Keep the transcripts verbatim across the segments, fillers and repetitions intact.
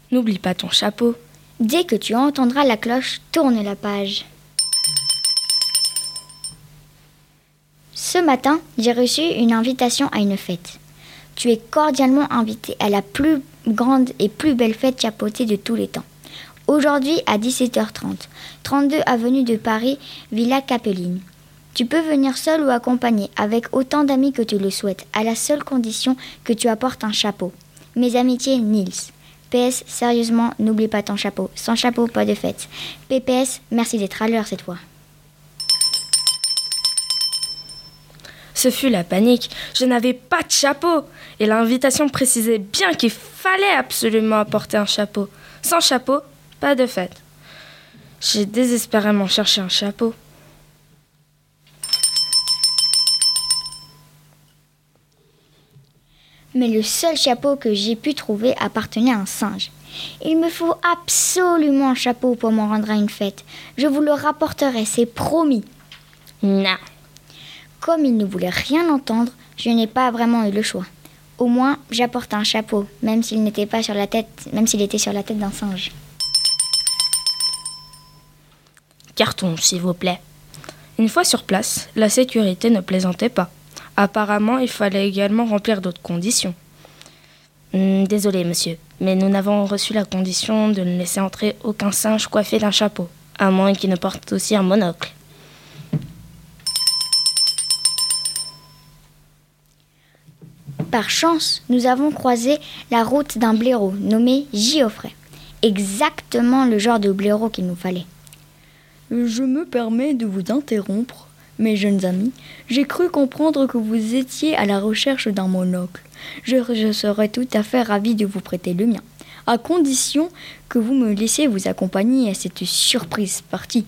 N'oublie pas ton chapeau. Dès que tu entendras la cloche, tourne la page. Ce matin, j'ai reçu une invitation à une fête. Tu es cordialement invité à la plus grande et plus belle fête chapeautée de tous les temps. Aujourd'hui à dix-sept heures trente, trente-deux avenue de Paris, Villa Capelline. Tu peux venir seul ou accompagné, avec autant d'amis que tu le souhaites, à la seule condition que tu apportes un chapeau. Mes amitiés, Nils. P S, sérieusement, n'oublie pas ton chapeau. Sans chapeau, pas de fête. P P S, merci d'être à l'heure cette fois. Ce fut la panique. Je n'avais pas de chapeau. Et l'invitation précisait bien qu'il fallait absolument apporter un chapeau. Sans chapeau, pas de fête. J'ai désespérément cherché un chapeau. Mais le seul chapeau que j'ai pu trouver appartenait à un singe. Il me faut absolument un chapeau pour me rendre à une fête. Je vous le rapporterai, c'est promis. Non. Comme il ne voulait rien entendre, je n'ai pas vraiment eu le choix. Au moins, j'apporte un chapeau, même s'il n'était pas sur la tête, même s'il était sur la tête d'un singe. Carton, s'il vous plaît. Une fois sur place, la sécurité ne plaisantait pas. Apparemment, il fallait également remplir d'autres conditions. Hum, désolé, monsieur, mais nous n'avons reçu la condition de ne laisser entrer aucun singe coiffé d'un chapeau, à moins qu'il ne porte aussi un monocle. Par chance, nous avons croisé la route d'un blaireau nommé Giofré. Exactement le genre de blaireau qu'il nous fallait. Je me permets de vous interrompre, mes jeunes amis. J'ai cru comprendre que vous étiez à la recherche d'un monocle. Je, je serais tout à fait ravi de vous prêter le mien, à condition que vous me laissiez vous accompagner à cette surprise partie.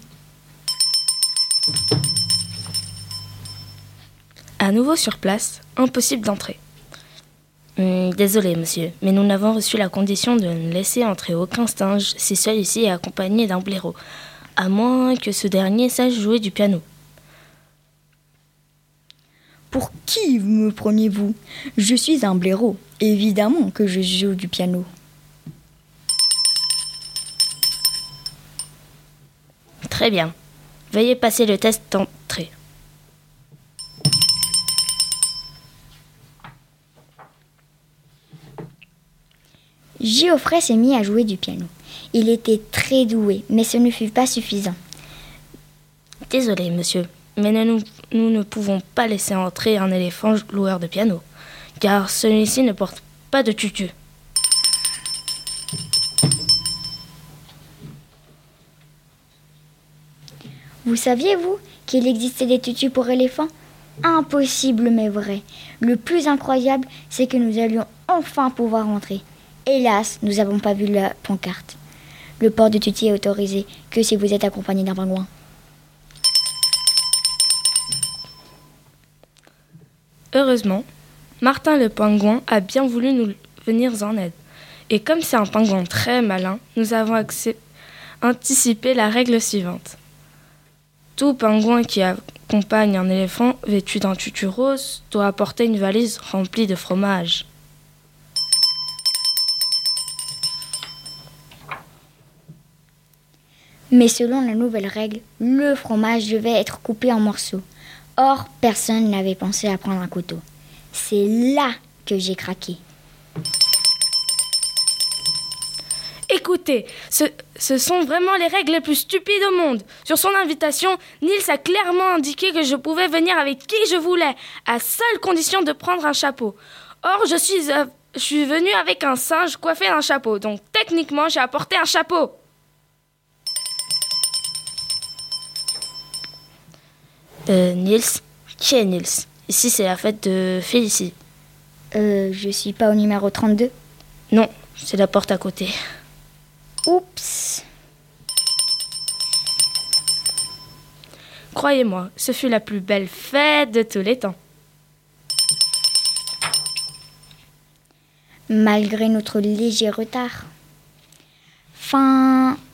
À nouveau sur place, impossible d'entrer. Hum, désolé, monsieur, mais nous n'avons reçu la condition de ne laisser entrer aucun singe si celui-ci est accompagné d'un blaireau, à moins que ce dernier sache jouer du piano. Pour qui me preniez-vous ? Je suis un blaireau. Évidemment que je joue du piano. Très bien. Veuillez passer le test d'entrée. Giofré s'est mis à jouer du piano. Il était très doué, mais ce ne fut pas suffisant. Désolé, monsieur, mais nous, nous ne pouvons pas laisser entrer un éléphant joueur de piano, car celui-ci ne porte pas de tutu. Vous saviez, vous, qu'il existait des tutus pour éléphants ? Impossible mais vrai. Le plus incroyable, c'est que nous allions enfin pouvoir entrer. Hélas, nous n'avons pas vu la pancarte. Le port de tutu est autorisé que si vous êtes accompagné d'un pingouin. Heureusement, Martin le pingouin a bien voulu nous venir en aide. Et comme c'est un pingouin très malin, nous avons accé- anticipé la règle suivante. Tout pingouin qui accompagne un éléphant vêtu d'un tutu rose doit apporter une valise remplie de fromage. Mais selon la nouvelle règle, le fromage devait être coupé en morceaux. Or, personne n'avait pensé à prendre un couteau. C'est là que j'ai craqué. Écoutez, ce, ce sont vraiment les règles les plus stupides au monde. Sur son invitation, Nils a clairement indiqué que je pouvais venir avec qui je voulais, à seule condition de prendre un chapeau. Or, je suis, euh, je suis venue avec un singe coiffé d'un chapeau, donc techniquement, j'ai apporté un chapeau. Euh, Nils, qui est Nils ? Ici, c'est la fête de Félicie. Euh, je suis pas au numéro trente-deux ? Non, c'est la porte à côté. Oups. Croyez-moi, ce fut la plus belle fête de tous les temps. Malgré notre léger retard. Fin...